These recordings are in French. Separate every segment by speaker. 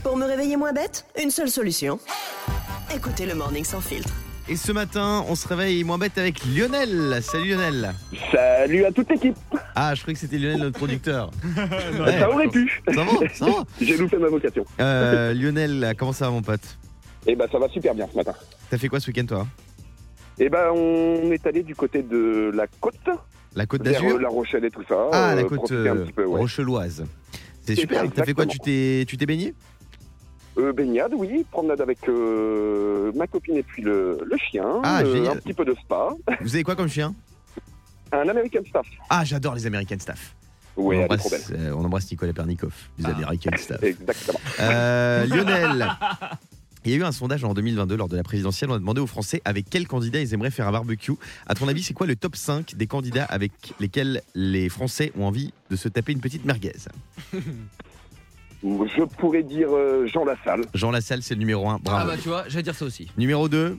Speaker 1: Pour me réveiller moins bête, une seule solution. Écoutez le Morning Sans Filtre.
Speaker 2: Et ce matin, on se réveille moins bête avec Lionel. Salut Lionel.
Speaker 3: Salut à toute l'équipe.
Speaker 2: Ah, je croyais que c'était Lionel, notre producteur.
Speaker 3: Ça aurait pu.
Speaker 2: Ça va.
Speaker 3: J'ai loupé ma vocation.
Speaker 2: Lionel, comment ça va mon pote?
Speaker 3: Eh ben ça va super bien ce matin.
Speaker 2: T'as fait quoi ce week-end toi?
Speaker 3: Eh ben on est allé du côté de la côte.
Speaker 2: La Côte
Speaker 3: vers
Speaker 2: d'Azur?
Speaker 3: La Rochelle et tout ça.
Speaker 2: Ah, la côte
Speaker 3: profiter un petit peu, ouais.
Speaker 2: rocheloise. C'est
Speaker 3: C'est
Speaker 2: super.
Speaker 3: ça,
Speaker 2: T'as fait quoi?
Speaker 3: exactement.
Speaker 2: Tu t'es baigné?
Speaker 3: Baignade, oui. Promenade avec ma copine et puis le chien.
Speaker 2: Ah, génial.
Speaker 3: Un petit peu de spa.
Speaker 2: Vous avez quoi comme chien?
Speaker 3: Un American Staff.
Speaker 2: Ah, j'adore les American Staff.
Speaker 3: Oui, elle est trop
Speaker 2: embrasse,
Speaker 3: belle.
Speaker 2: on embrasse Nicolas Pernikov, les American Staff.
Speaker 3: Exactement.
Speaker 2: Lionel, il y a eu un sondage en 2022 lors de la présidentielle. On a demandé aux Français avec quel candidat ils aimeraient faire un barbecue. À ton avis, c'est quoi le top 5 des candidats avec lesquels les Français ont envie de se taper une petite merguez?
Speaker 3: Je pourrais dire Jean Lassalle.
Speaker 2: Jean Lassalle, c'est le numéro 1.
Speaker 4: Ah
Speaker 2: Bravo.
Speaker 4: bah tu vois, j'allais dire ça aussi.
Speaker 2: Numéro 2,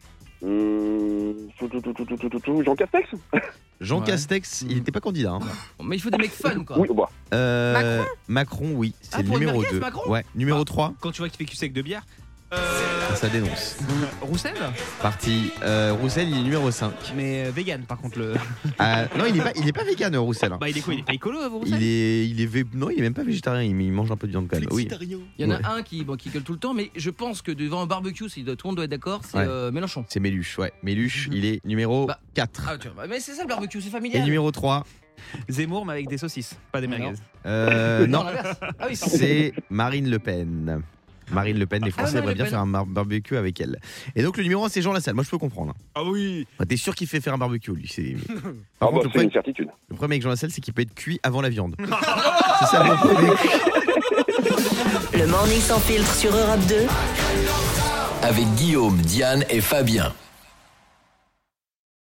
Speaker 3: Jean Castex.
Speaker 2: Jean
Speaker 4: Ouais.
Speaker 2: Castex, il n'était pas candidat. Hein.
Speaker 4: Mais il faut des mecs fun quoi.
Speaker 3: Oui, bah.
Speaker 2: Macron, oui, c'est
Speaker 4: Ah,
Speaker 2: le
Speaker 4: pour une
Speaker 2: numéro
Speaker 4: merguez,
Speaker 2: 2.
Speaker 4: Macron
Speaker 2: Ouais, numéro 3,
Speaker 5: Quand tu vois qu'il fait cul sec de bière.
Speaker 2: ça dénonce.
Speaker 5: Roussel.
Speaker 2: Parti. Roussel, il est numéro 5.
Speaker 5: Mais vegan par contre le.
Speaker 2: Non, il est pas vegan, Roussel. Hein.
Speaker 5: Bah il est quoi? Il est pas écolo Roussel.
Speaker 2: Non, il est même pas végétarien, il mange un peu de viande quand même. Oui.
Speaker 4: Il y en a
Speaker 2: Ouais.
Speaker 4: un qui gueule tout le temps, mais je pense que devant un barbecue, tout le monde doit être d'accord, c'est
Speaker 2: Ouais.
Speaker 4: Mélenchon.
Speaker 2: C'est Méluche, ouais. Méluche, il est numéro
Speaker 4: Bah,
Speaker 2: 4.
Speaker 4: Ah, tu vois, mais c'est ça le barbecue, c'est
Speaker 2: Et
Speaker 4: familial.
Speaker 2: numéro 3,
Speaker 5: Zemmour mais avec des saucisses, pas des merguez.
Speaker 2: non,
Speaker 4: l'inverse. Ah oui, pardon.
Speaker 2: c'est Marine Le Pen. Marine Le Pen, les Français
Speaker 4: Marine
Speaker 2: aimeraient
Speaker 4: Le
Speaker 2: bien
Speaker 4: Pen.
Speaker 2: faire un barbecue avec elle. Et donc le numéro 1, c'est Jean Lassalle. Moi, je peux comprendre.
Speaker 5: Ah oui.
Speaker 2: Enfin, t'es sûr qu'il fait faire un barbecue, lui.
Speaker 3: Ah
Speaker 2: Par
Speaker 3: bah,
Speaker 2: contre,
Speaker 3: c'est une certitude.
Speaker 2: le problème avec Jean Lassalle, c'est qu'il peut être cuit avant la viande. C'est ça le problème.
Speaker 1: Le Morning Sans Filtre sur Europe 2.
Speaker 6: Avec Guillaume, Diane et Fabien.